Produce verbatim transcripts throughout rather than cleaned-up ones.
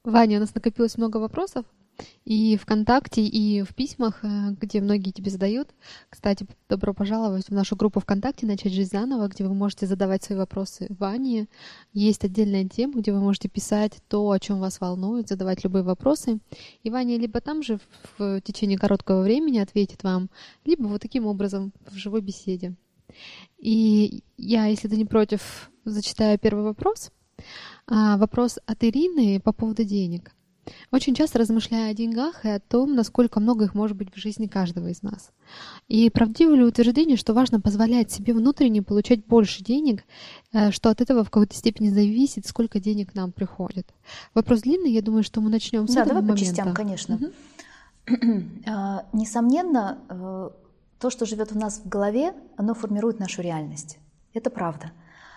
Ваня, у нас накопилось много вопросов и ВКонтакте, и в письмах, э, где многие тебе задают. Кстати, добро пожаловать в нашу группу ВКонтакте «Начать жизнь заново», где вы можете задавать свои вопросы Ване. Есть отдельная тема, где вы можете писать то, о чем вас волнует, задавать любые вопросы. И Ваня либо там же в течение короткого времени ответит вам, либо вот таким образом в живой беседе. И я, если ты не против, зачитаю первый вопрос. А, вопрос от Ирины по поводу денег. Очень часто размышляю о деньгах и о том, насколько много их может быть в жизни каждого из нас. И правдиво ли утверждение, что важно позволять себе внутренне получать больше денег, что от этого в какой-то степени зависит, сколько денег нам приходит? Вопрос длинный, я думаю, что мы начнем с да, этого давай момента. по частям, конечно. Угу. Несомненно, то, что живет в нас в голове, оно формирует нашу реальность. Это правда.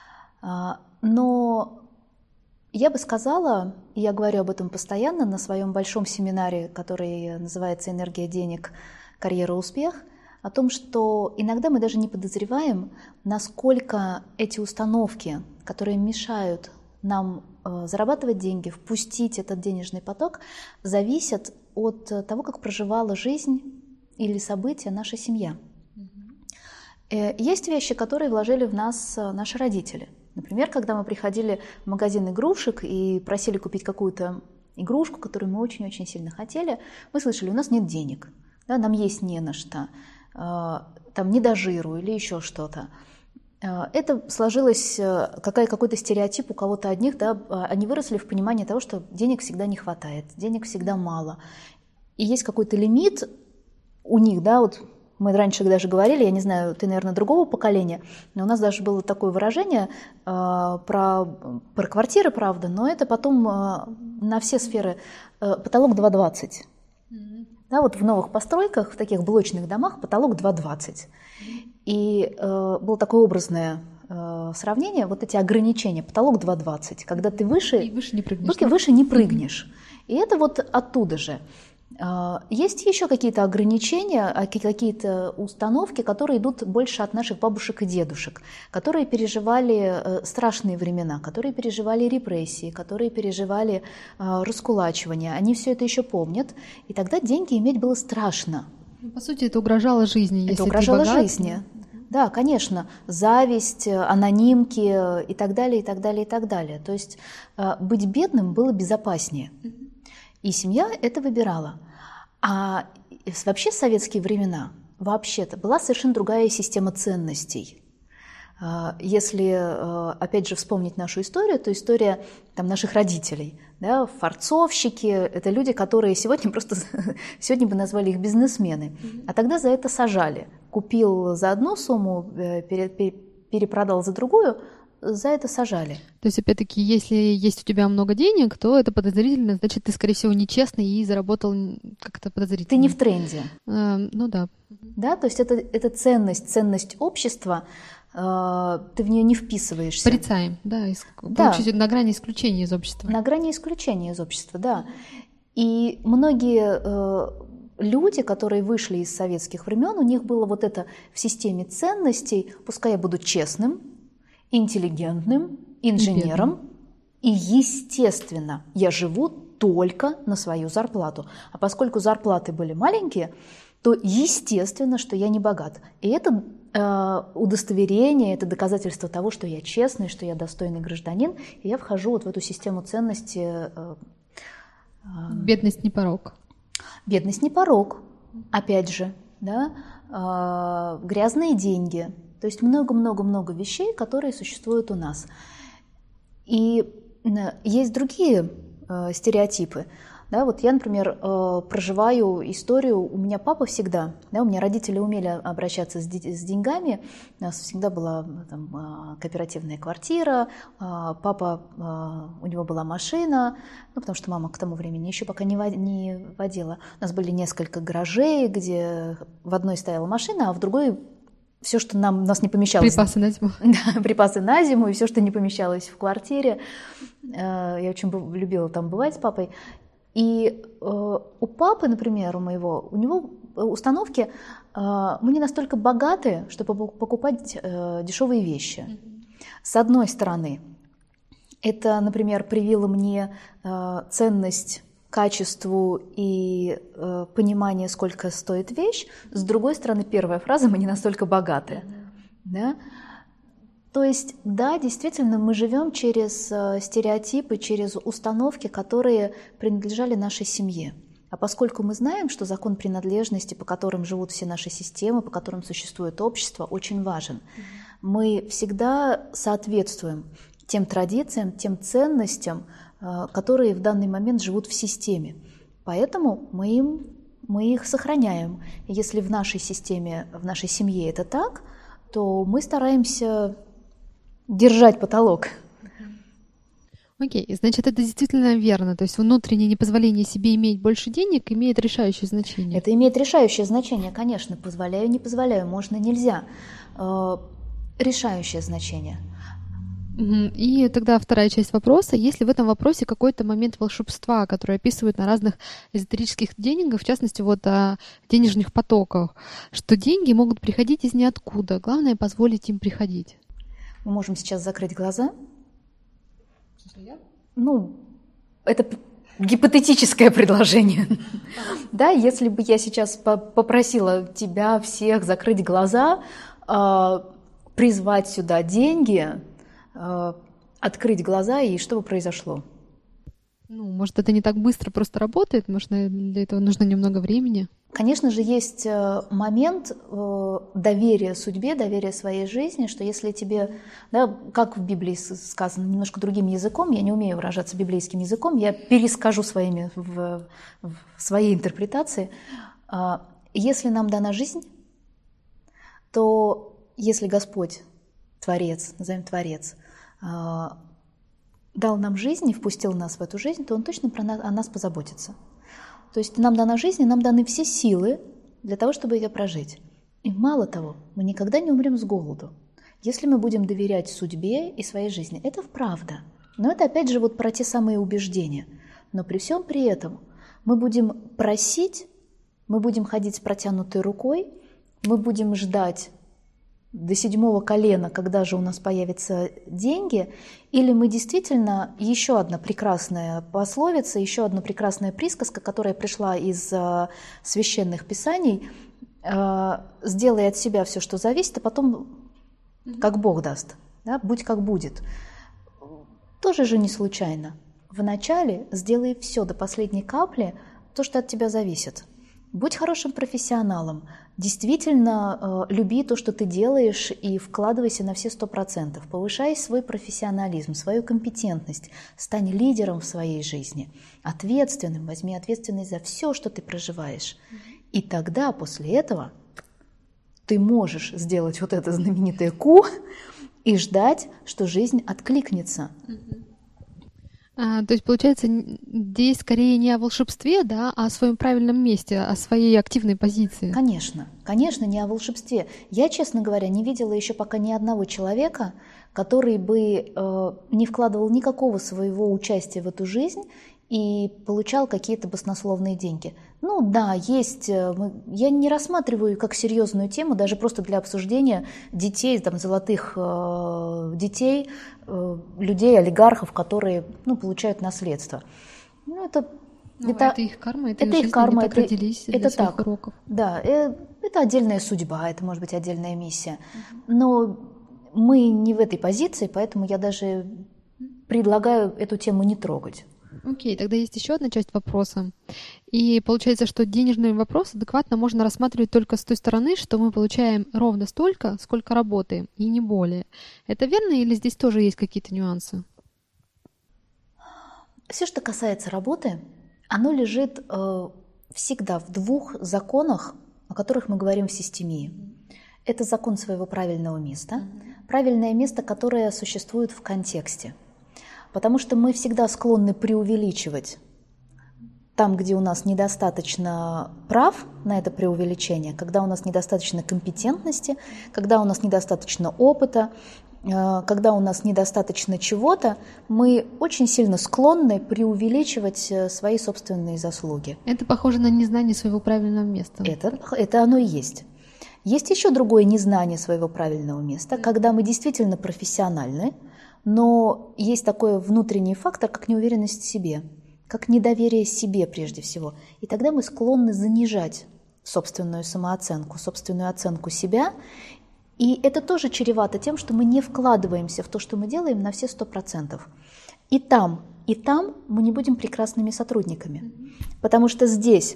Но я бы сказала, и я говорю об этом постоянно на своем большом семинаре, который называется «Энергия денег. Карьера. Успех», о том, что иногда мы даже не подозреваем, насколько эти установки, которые мешают нам зарабатывать деньги, впустить этот денежный поток, зависят от того, как проживала жизнь или события наша семья. Mm-hmm. Есть вещи, которые вложили в нас наши родители. Например, когда мы приходили в магазин игрушек и просили купить какую-то игрушку, которую мы очень-очень сильно хотели, мы слышали, у нас нет денег, да, нам есть не на что, там не до жиру или еще что-то. Это сложилось какая, какой-то стереотип у кого-то одних, да, они выросли в понимании того, что денег всегда не хватает, денег всегда мало. И есть какой-то лимит у них, да, вот мы раньше даже говорили, я не знаю, ты, наверное, другого поколения, но у нас даже было такое выражение э, про, про квартиры, правда, но это потом э, на все сферы э, потолок два двадцать. Mm-hmm. Да, вот в новых постройках, в таких блочных домах потолок два двадцать. Mm-hmm. И э, было такое образное э, сравнение, вот эти ограничения, потолок два двадцать, когда ты выше, и выше не прыгнешь. Выше не прыгнешь. Mm-hmm. И это вот оттуда же. Есть еще какие-то ограничения, какие-то установки, которые идут больше от наших бабушек и дедушек, которые переживали страшные времена, которые переживали репрессии, которые переживали раскулачивание. Они все это еще помнят, и тогда деньги иметь было страшно. По сути, это угрожало жизни, если это угрожало ты богат. жизни. Да, конечно, зависть, анонимки и так далее, и так далее, и так далее. То есть быть бедным было безопаснее. И семья это выбирала. А вообще в советские времена вообще-то была совершенно другая система ценностей. Если, опять же, вспомнить нашу историю, то история там, наших родителей. Да, фарцовщики – это люди, которые сегодня просто сегодня бы назвали их бизнесмены. А тогда за это сажали. Купил за одну сумму, перепродал за другую – за это сажали. То есть, опять-таки, если есть у тебя много денег, то это подозрительно, значит, ты, скорее всего, нечестный и заработал как-то подозрительно. Ты не в тренде. А, ну да. Да, то есть это, это ценность, ценность общества, э, ты в нее не вписываешься. Порицаем, да, из, да. Получить на грани исключения из общества. На грани исключения из общества, да. И многие э, люди, которые вышли из советских времен, у них было вот это в системе ценностей, пускай я буду честным, интеллигентным, инженером, и, естественно, я живу только на свою зарплату. А поскольку зарплаты были маленькие, то естественно, что я не богат. И это э, удостоверение, это доказательство того, что я честный, что я достойный гражданин, и я вхожу вот в эту систему ценностей. Э, э, Бедность не порок. Бедность не порок, опять же, да, э, грязные деньги. То есть много-много-много вещей, которые существуют у нас. И есть другие э, стереотипы. Да, вот я, например, э, проживаю историю, у меня папа всегда, да, у меня родители умели обращаться с, де- с деньгами, у нас всегда была там, кооперативная квартира, э, папа, э, у него была машина, ну, потому что мама к тому времени еще пока не, вод- не водила. У нас были несколько гаражей, где в одной стояла машина, а в другой все, что нам, нас не помещалось. Припасы на зиму. Да, припасы на зиму, и все, что не помещалось в квартире. Я очень любила там бывать с папой. И у папы, например, у моего, у него установки, мы не настолько богаты, чтобы покупать дешевые вещи. С одной стороны, Это, например, привило мне э, ценность качеству и э, понимание, сколько стоит вещь. С другой стороны, первая фраза: мы не настолько богаты. Да? То есть, да, действительно, мы живем через э, стереотипы, через установки, которые принадлежали нашей семье. А поскольку мы знаем, что закон принадлежности, по которым живут все наши системы, по которым существует общество, очень важен, mm-hmm. мы всегда соответствуем тем традициям, тем ценностям, э, которые в данный момент живут в системе. Поэтому мы, им, мы их сохраняем. И если в нашей системе, в нашей семье это так, то мы стараемся держать потолок. Окей, okay. Значит, это действительно верно. То есть внутреннее непозволение себе иметь больше денег имеет решающее значение. Это имеет решающее значение, конечно. Позволяю, не позволяю, можно, нельзя. Э, решающее значение. И тогда вторая часть вопроса. Есть ли в этом вопросе какой-то момент волшебства, который описывают на разных эзотерических тренингах, в частности, вот о денежных потоках, что деньги могут приходить из ниоткуда, главное позволить им приходить? Мы можем сейчас закрыть глаза. Ну, это гипотетическое предложение. Да, если бы я сейчас попросила тебя всех закрыть глаза, призвать сюда деньги, открыть глаза, и что бы произошло? Ну, может, это не так быстро просто работает, может, для этого нужно немного времени? Конечно же, есть момент доверия судьбе, доверия своей жизни, что если тебе, да, как в Библии сказано, немножко другим языком, я не умею выражаться библейским языком, я перескажу своими, в, в своей интерпретации. Если нам дана жизнь, то если Господь, Творец, назовем Творец, дал нам жизнь и впустил нас в эту жизнь, то Он точно про нас, о нас позаботится. То есть нам дана жизнь, и нам даны все силы для того, чтобы ее прожить. И мало того, мы никогда не умрем с голоду, если мы будем доверять судьбе и своей жизни. Это правда. Но это опять же вот про те самые убеждения. Но при всем при этом мы будем просить, мы будем ходить с протянутой рукой, мы будем ждать до седьмого колена, когда же у нас появятся деньги, или мы действительно, еще одна прекрасная пословица, еще одна прекрасная присказка, которая пришла из э, священных писаний, э, сделай от себя все, что зависит, а потом как Бог даст, да, будь как будет. Тоже же не случайно. Вначале сделай все до последней капли, то, что от тебя зависит. Будь хорошим профессионалом, действительно э, люби то, что ты делаешь, и вкладывайся на все сто процентов. Повышай свой профессионализм, свою компетентность, стань лидером в своей жизни, ответственным, возьми ответственность за все, что ты проживаешь. И тогда, после этого, ты можешь сделать вот это знаменитое ку и ждать, что жизнь откликнется. А, то есть, получается, здесь скорее не о волшебстве, да, а о своем правильном месте, о своей активной позиции. Конечно, конечно, не о волшебстве. Я, честно говоря, не видела еще пока ни одного человека, который бы э, не вкладывал никакого своего участия в эту жизнь и получал какие-то баснословные деньги. Ну да, есть, я не рассматриваю как серьезную тему, даже просто для обсуждения детей, там, золотых э, детей, э, людей, олигархов, которые, ну, получают наследство. Ну, это, ну, это, это их карма, это, это их жизнь, карма, они так это, родились для это своих так, уроков. Да, э, это отдельная судьба, это может быть отдельная миссия. Но мы не в этой позиции, поэтому я даже предлагаю эту тему не трогать. Окей, тогда есть еще одна часть вопроса. И получается, что денежный вопрос адекватно можно рассматривать только с той стороны, что мы получаем ровно столько, сколько работаем, и не более. Это верно или здесь тоже есть какие-то нюансы? Все, что касается работы, оно лежит э, всегда в двух законах, о которых мы говорим в системии. Это закон своего правильного места, правильное место, которое существует в контексте. Потому что мы всегда склонны преувеличивать там, где у нас недостаточно прав на это преувеличение, когда у нас недостаточно компетентности, когда у нас недостаточно опыта, когда у нас недостаточно чего-то, мы очень сильно склонны преувеличивать свои собственные заслуги. Это похоже на незнание своего правильного места. Это, это оно и есть. Есть еще другое незнание своего правильного места, когда мы действительно профессиональны, но есть такой внутренний фактор, как неуверенность в себе, как недоверие себе прежде всего. И тогда мы склонны занижать собственную самооценку, собственную оценку себя. И это тоже чревато тем, что мы не вкладываемся в то, что мы делаем, на все сто процентов. И там, и там мы не будем прекрасными сотрудниками. Потому что здесь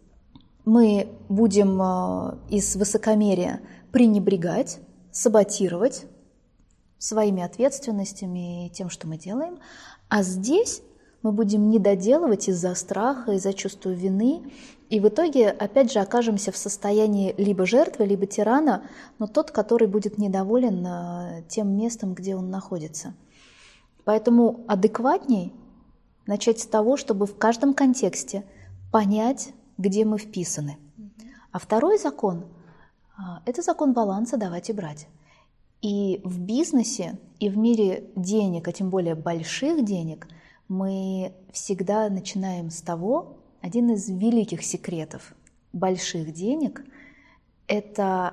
мы будем из высокомерия пренебрегать, саботировать своими ответственностями и тем, что мы делаем. А здесь мы будем недоделывать из-за страха, из-за чувства вины. И в итоге, опять же, окажемся в состоянии либо жертвы, либо тирана, но тот, который будет недоволен тем местом, где он находится. Поэтому адекватней начать с того, чтобы в каждом контексте понять, где мы вписаны. А второй закон – это закон баланса давать и брать. И в бизнесе, и в мире денег, а тем более больших денег, мы всегда начинаем с того, один из великих секретов больших денег – это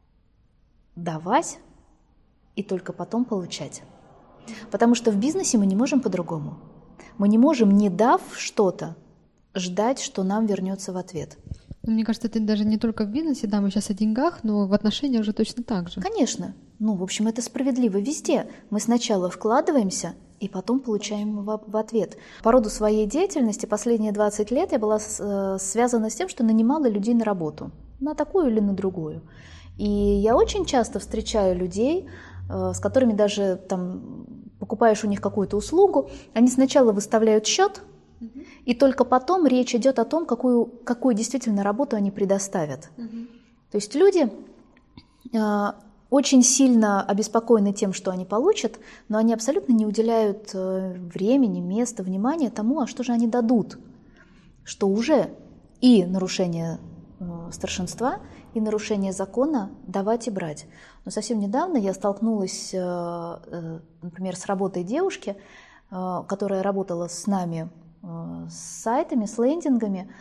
давать и только потом получать. Потому что в бизнесе мы не можем по-другому. Мы не можем, не дав что-то, ждать, что нам вернется в ответ. Мне кажется, это даже не только в бизнесе, да, мы сейчас о деньгах, но в отношениях уже точно так же. Конечно. Ну, в общем, это справедливо везде. Мы сначала вкладываемся, и потом получаем в, в ответ. По роду своей деятельности последние двадцать лет я была с, связана с тем, что нанимала людей на работу, на такую или на другую. И я очень часто встречаю людей, с которыми даже там покупаешь у них какую-то услугу, они сначала выставляют счет, mm-hmm. и только потом речь идет о том, какую, какую действительно работу они предоставят. Mm-hmm. То есть люди э, очень сильно обеспокоены тем, что они получат, но они абсолютно не уделяют э, времени, места, внимания тому, а что же они дадут, что уже и нарушение э, старшинства, и нарушение закона давать и брать. Но совсем недавно я столкнулась, например, с работой девушки, которая работала с нами с сайтами, с лендингами,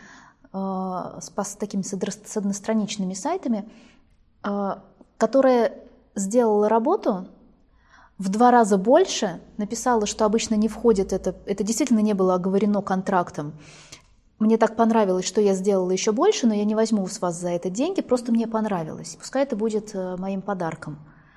с такими с одностраничными сайтами, которая сделала работу в два раза больше, написала, что обычно не входит, это, это действительно не было оговорено контрактом. Мне так понравилось, что я сделала еще больше, но я не возьму с вас за это деньги, просто мне понравилось. Пускай это будет моим подарком.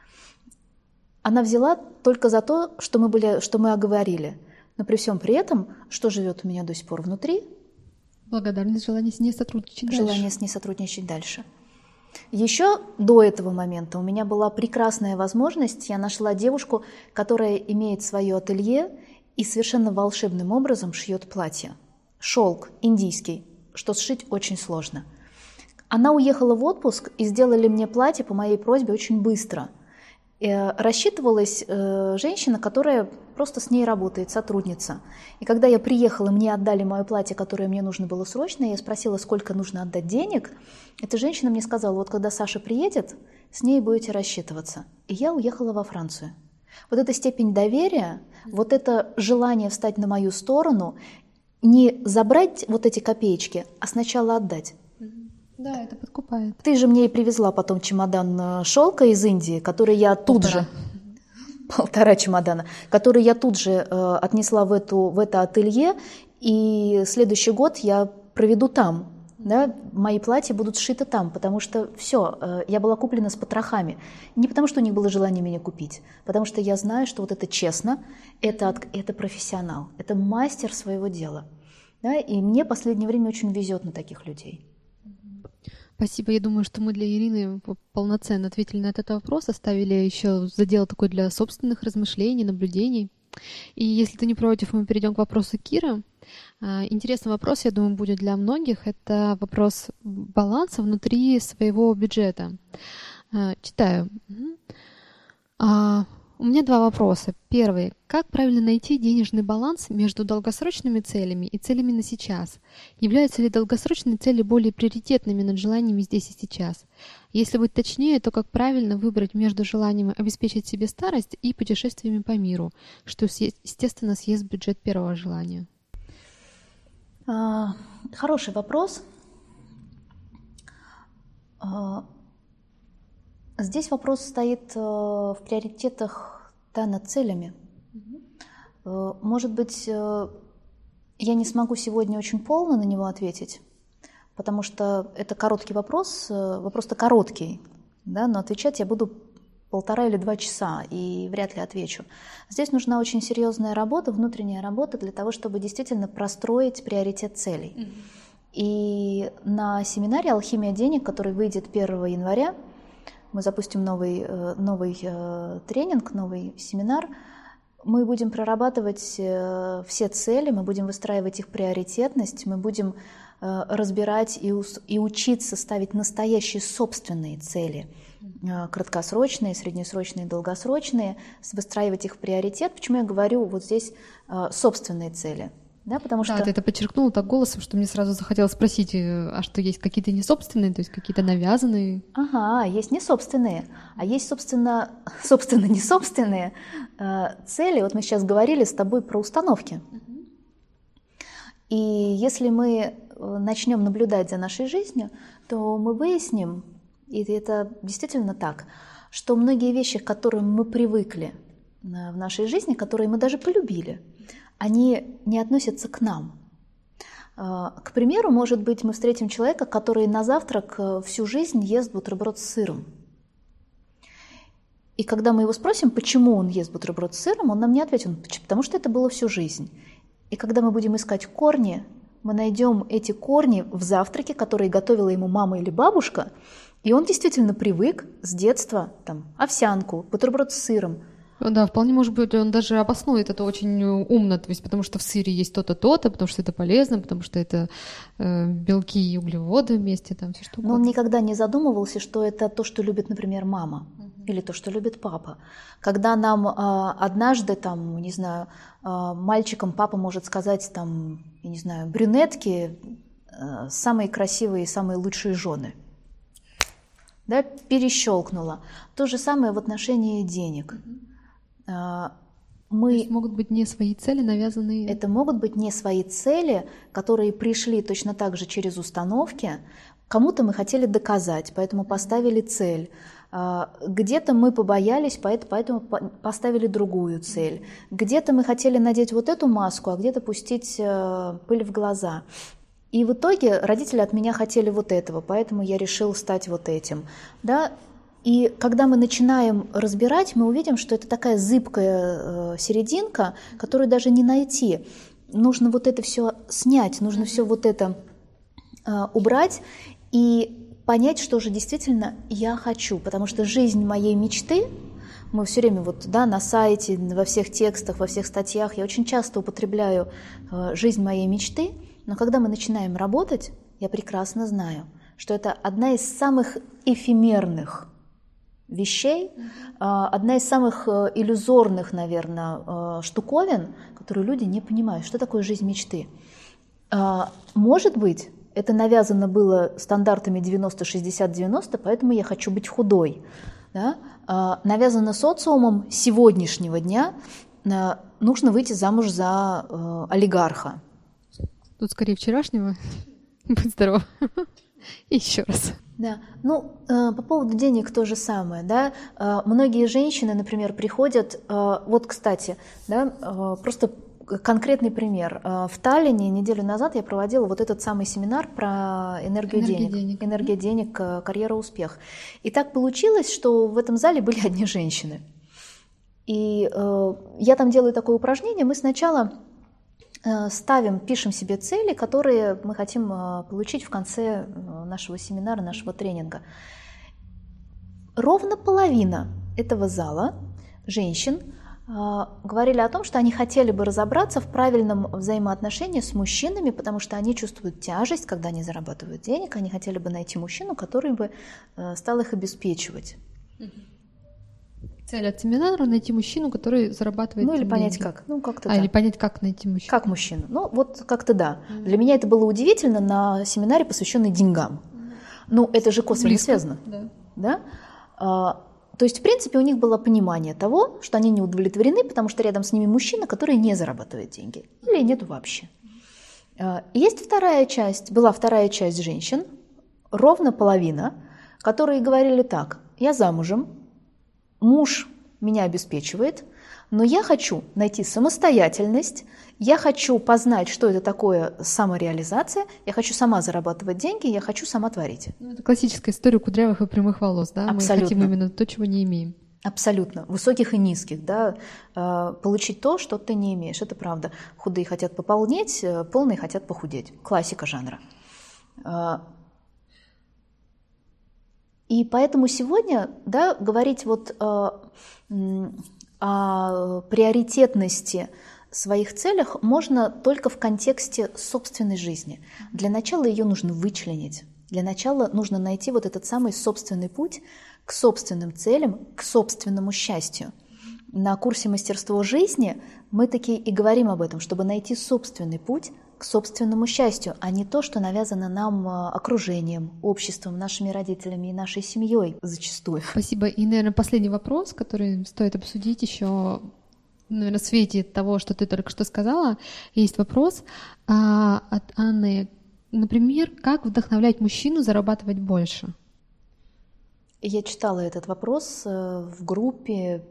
Она взяла только за то, что мы, были, что мы оговорили. Но при всем при этом, что живет у меня до сих пор внутри? Благодарность, желание с ней сотрудничать дальше. Желание с ней сотрудничать дальше. Еще до этого момента у меня была прекрасная возможность. Я нашла девушку, которая имеет свое ателье и совершенно волшебным образом шьет платья. Шелк индийский, что сшить очень сложно. Она уехала в отпуск и сделали мне платье по моей просьбе очень быстро. Рассчитывалась женщина, которая просто с ней работает, сотрудница. И когда я приехала, мне отдали мое платье, которое мне нужно было срочно, я спросила, сколько нужно отдать денег. Эта женщина мне сказала, вот когда Саша приедет, с ней будете рассчитываться. И я уехала во Францию. Вот эта степень доверия, вот это желание встать на мою сторону, не забрать вот эти копеечки, а сначала отдать. Да, это подкупает. Ты же мне и привезла потом чемодан шелка из Индии, который я тут Полтора. же... Полтора чемодана, который я тут же э, отнесла в, эту, в это ателье, и следующий год я проведу там. Да? Мои платья будут сшиты там, потому что все, э, я была куплена с потрохами. Не потому, что у них было желание меня купить, потому что я знаю, что вот это честно, это, это профессионал, это мастер своего дела. Да? И мне в последнее время очень везет на таких людей. Спасибо. Я думаю, что мы для Ирины полноценно ответили на этот вопрос, оставили еще задел такой для собственных размышлений, наблюдений. И если ты не против, мы перейдем к вопросу Киры. Интересный вопрос, я думаю, будет для многих. Это вопрос баланса внутри своего бюджета. Читаю. У меня два вопроса. Первый. Как правильно найти денежный баланс между долгосрочными целями и целями на сейчас? Являются ли долгосрочные цели более приоритетными над желаниями здесь и сейчас? Если быть точнее, то как правильно выбрать между желанием обеспечить себе старость и путешествиями по миру, что, естественно, съест бюджет первого желания? А, хороший вопрос. А... Здесь вопрос стоит в приоритетах, да, над целями. Может быть, я не смогу сегодня очень полно на него ответить, потому что это короткий вопрос, вопрос-то короткий, да, но отвечать я буду полтора или два часа и вряд ли отвечу. Здесь нужна очень серьезная работа, внутренняя работа для того, чтобы действительно простроить приоритет целей. Mm-hmm. И на семинаре «Алхимия денег», который выйдет первого января, мы запустим новый, новый тренинг, новый семинар. Мы будем прорабатывать все цели, мы будем выстраивать их приоритетность, мы будем разбирать и, и учиться ставить настоящие собственные цели, краткосрочные, среднесрочные, долгосрочные, выстраивать их в приоритет. Почему я говорю вот здесь собственные цели? Да, потому да, что... ты это подчеркнула так голосом, что мне сразу захотелось спросить, а что есть какие-то несобственные, то есть какие-то навязанные? Ага, есть несобственные, а есть, собственно, собственно несобственные э, цели. Вот мы сейчас говорили с тобой про установки. Uh-huh. И если мы начнем наблюдать за нашей жизнью, то мы выясним, и это действительно так, что многие вещи, к которым мы привыкли в нашей жизни, которые мы даже полюбили, они не относятся к нам. К примеру, может быть, мы встретим человека, который на завтрак всю жизнь ест бутерброд с сыром. И когда мы его спросим, почему он ест бутерброд с сыром, он нам не ответит, потому что это было всю жизнь. И когда мы будем искать корни, мы найдем эти корни в завтраке, которые готовила ему мама или бабушка, и он действительно привык с детства там, овсянку, бутерброд с сыром. Да, вполне может быть, он даже обоснует это очень умно, то есть потому что в сыре есть то-то, то-то, потому что это полезно, потому что это э, белки и углеводы вместе, там все что угодно. Но он никогда не задумывался, что это то, что любит, например, мама, uh-huh. или то, что любит папа. Когда нам э, однажды, там, не знаю, э, мальчикам папа может сказать, там, я не знаю, брюнетки э, самые красивые и самые лучшие жены. Да, перещелкнуло. То же самое в отношении денег. Uh-huh. Мы... То есть могут быть не свои цели, навязанные... Это могут быть не свои цели, которые пришли точно так же через установки. Кому-то мы хотели доказать, поэтому поставили цель. Где-то мы побоялись, поэтому поставили другую цель. Где-то мы хотели надеть вот эту маску, а где-то пустить пыль в глаза. И в итоге родители от меня хотели вот этого, поэтому я решил стать вот этим. Да? И когда мы начинаем разбирать, мы увидим, что это такая зыбкая серединка, которую даже не найти. Нужно вот это все снять, нужно все вот это убрать и понять, что же действительно я хочу. Потому что жизнь моей мечты, мы все время вот, да, на сайте, во всех текстах, во всех статьях, я очень часто употребляю жизнь моей мечты, но когда мы начинаем работать, я прекрасно знаю, что это одна из самых эфемерных вещей, mm-hmm. одна из самых иллюзорных, наверное, штуковин, которую люди не понимают, что такое жизнь мечты. Может быть, это навязано было стандартами девяносто шестьдесят девяносто, поэтому я хочу быть худой. Да? Навязано социумом сегодняшнего дня, нужно выйти замуж за олигарха. Тут скорее вчерашнего. Будь здоров. Еще раз. Да, ну, э, по поводу денег то же самое, да, э, многие женщины, например, приходят, э, вот, кстати, да, э, просто конкретный пример. Э, в Таллине неделю назад я проводила вот этот самый семинар про энергию Энергия денег. денег. Энергия денег, э, карьера, успех. И так получилось, что в этом зале были одни женщины. И э, я там делаю такое упражнение, мы сначала... ставим, пишем себе цели, которые мы хотим получить в конце нашего семинара, нашего тренинга. Ровно половина этого зала женщин говорили о том, что они хотели бы разобраться в правильном взаимоотношении с мужчинами, потому что они чувствуют тяжесть, когда они зарабатывают денег, они хотели бы найти мужчину, который бы стал их обеспечивать. Цель от семинара — найти мужчину, который зарабатывает деньги. Ну или понять деньги. как. Ну, как-то а, так. или понять, как найти мужчину. Как мужчину. Ну, вот как-то да. Mm-hmm. Для меня это было удивительно на семинаре, посвященный деньгам. Mm-hmm. Ну, это же косвенно Близко. связано. Да. Да? А, то есть, в принципе, у них было понимание того, что они не удовлетворены, потому что рядом с ними мужчина, который не зарабатывает деньги. Или нету вообще. А, есть вторая часть, была вторая часть женщин, ровно половина, которые говорили так: я замужем, муж меня обеспечивает, Но я хочу найти самостоятельность, я хочу познать, что это такое самореализация, я хочу сама зарабатывать деньги, я хочу сама творить. Ну, это классическая история кудрявых и прямых волос, да? Абсолютно. Мы хотим именно то, чего не имеем. Абсолютно. Высоких и низких, да. Получить то, что ты не имеешь, это правда. Худые хотят пополнеть, полные хотят похудеть. Классика жанра. И поэтому сегодня, да, говорить вот о, о приоритетности своих целях можно только в контексте собственной жизни. Для начала ее нужно вычленить. Для начала нужно найти вот этот самый собственный путь к собственным целям, к собственному счастью. На курсе «Мастерство жизни» мы таки и говорим об этом, чтобы найти собственный путь к собственному счастью, а не то, что навязано нам окружением, обществом, нашими родителями и нашей семьей зачастую. Спасибо. И, наверное, последний вопрос, который стоит обсудить еще, наверное, в свете того, что ты только что сказала, есть вопрос а, от Анны. Например, как вдохновлять мужчину зарабатывать больше? Я читала этот вопрос в группе.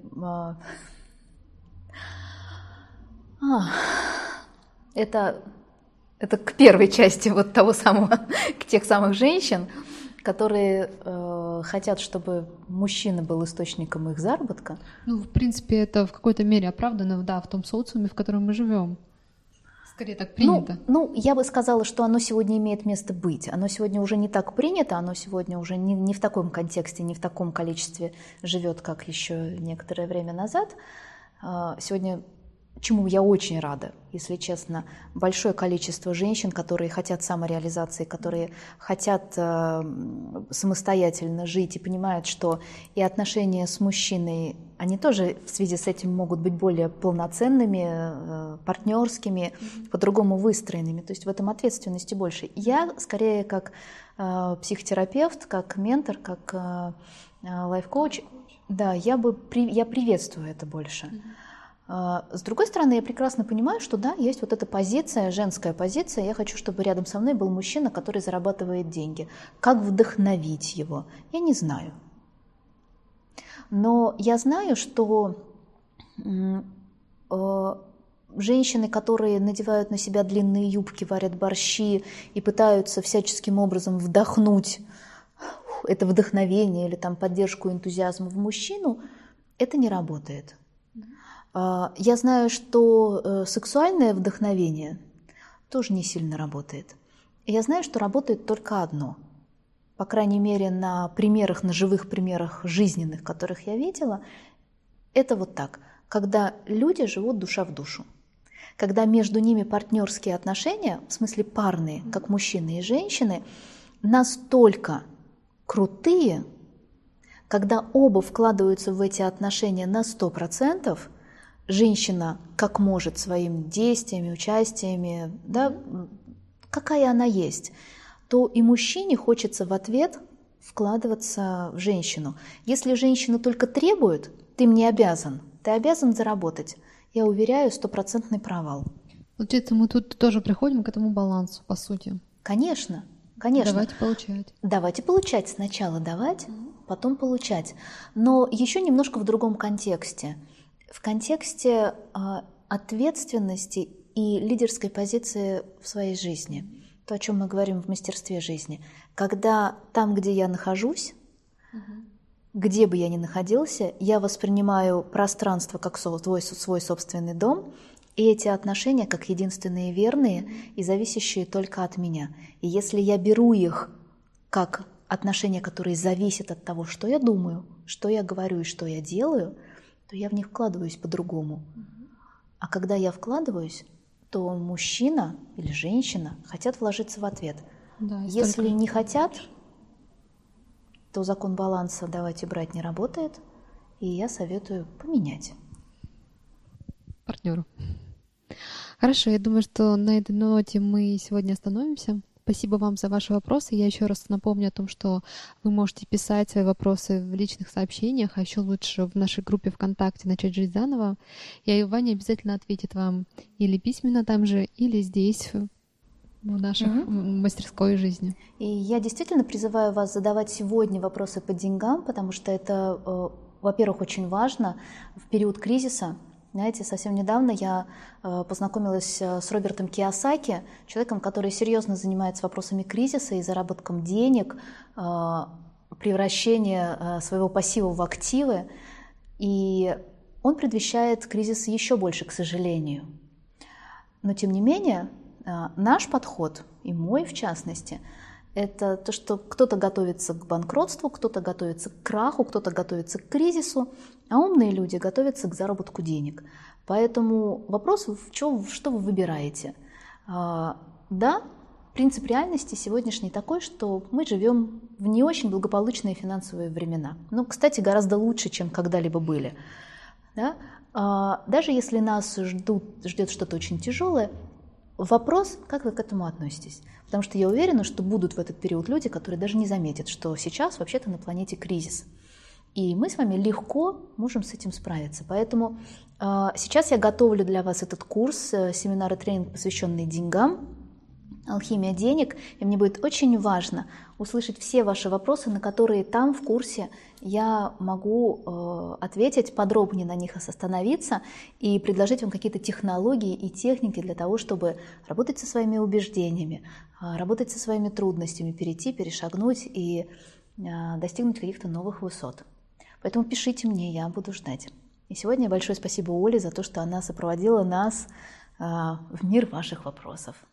А, это, это к первой части вот того самого, к тех самых женщин, которые э, хотят, чтобы мужчина был источником их заработка. Ну, в принципе, это в какой-то мере оправдано, да, в том социуме, в котором мы живем. Скорее так принято. Ну, ну, я бы сказала, что оно сегодня имеет место быть. Оно сегодня уже не так принято, оно сегодня уже не, не в таком контексте, не в таком количестве живет, как еще некоторое время назад. Сегодня, чему я очень рада, если честно, большое количество женщин, которые хотят самореализации, которые хотят самостоятельно жить и понимают, что и отношения с мужчиной, они тоже в связи с этим могут быть более полноценными, партнерскими, mm-hmm. по-другому выстроенными. То есть в этом ответственности больше. Я скорее как э, психотерапевт, как ментор, как э, лайф-коуч, да, я бы при, я приветствую это больше. Mm-hmm. С другой стороны, я прекрасно понимаю, что да, есть вот эта позиция, женская позиция. Я хочу, чтобы рядом со мной был мужчина, который зарабатывает деньги. Как вдохновить его? Я не знаю. Но я знаю, что э, женщины, которые надевают на себя длинные юбки, варят борщи и пытаются всяческим образом вдохнуть это вдохновение или там поддержку энтузиазма в мужчину, это не работает. Э, я знаю, что э, сексуальное вдохновение тоже не сильно работает. И я знаю, что работает только одно. По крайней мере, на примерах, на живых примерах жизненных, которых я видела, это вот так. Когда люди живут душа в душу. Когда между ними партнерские отношения, в смысле парные, как мужчины и женщины, настолько крутые, когда оба вкладываются в эти отношения на сто процентов, женщина как может своими действиями, участиями, да, какая она есть, то и мужчине хочется в ответ вкладываться в женщину. Если женщина только требует, ты мне обязан, ты обязан заработать, я уверяю, стопроцентный провал. Получается, мы тут тоже приходим к этому балансу, по сути. Конечно, конечно. Давайте получать. Давайте получать. Сначала давать, потом получать. Но еще немножко в другом контексте. В контексте э, ответственности и лидерской позиции в своей жизни. То, о чем мы говорим в мастерстве жизни. Когда там, где я нахожусь, угу. где бы я ни находился, я воспринимаю пространство как свой, свой собственный дом, и эти отношения как единственные верные и зависящие только от меня. И если я беру их как отношения, которые зависят от того, что я думаю, что я говорю и что я делаю, то я в них вкладываюсь по-другому. А когда я вкладываюсь, то мужчина или женщина хотят вложиться в ответ. Да, если только... не хотят, то закон баланса «давать и брать» не работает, и я советую поменять. Партнеру. Хорошо, я думаю, что на этой ноте мы сегодня остановимся. Спасибо вам за ваши вопросы. Я еще раз напомню о том, что вы можете писать свои вопросы в личных сообщениях, а еще лучше в нашей группе ВКонтакте «Начать жить заново». Я и Ваня обязательно ответит вам или письменно там же, или здесь, в нашей mm-hmm. мастерской жизни. И я действительно призываю вас задавать сегодня вопросы по деньгам, потому что это, во-первых, очень важно в период кризиса, Знаете, совсем недавно я познакомилась с Робертом Кийосаки, человеком, который серьезно занимается вопросами кризиса и заработком денег, превращения своего пассива в активы. И он предвещает кризис еще больше, к сожалению. Но тем не менее, наш подход, и мой в частности, это то, что кто-то готовится к банкротству, кто-то готовится к краху, кто-то готовится к кризису, а умные люди готовятся к заработку денег. Поэтому вопрос, в чем, что вы выбираете. Да, принцип реальности сегодняшний такой, что мы живем в не очень благополучные финансовые времена. Но, кстати, гораздо лучше, чем когда-либо были. Да? Даже если нас ждут, ждет что-то очень тяжелое, вопрос, как вы к этому относитесь? Потому что я уверена, что будут в этот период люди, которые даже не заметят, что сейчас вообще-то на планете кризис. И мы с вами легко можем с этим справиться. Поэтому э, сейчас я готовлю для вас этот курс, э, семинар и тренинг, посвященный деньгам, алхимия денег. И мне будет очень важно услышать все ваши вопросы, на которые там в курсе я могу э, ответить, подробнее на них остановиться и предложить вам какие-то технологии и техники для того, чтобы работать со своими убеждениями, э, работать со своими трудностями, перейти, перешагнуть и э, достигнуть каких-то новых высот. Поэтому пишите мне, я буду ждать. И сегодня большое спасибо Оле за то, что она сопроводила нас э, в мир ваших вопросов.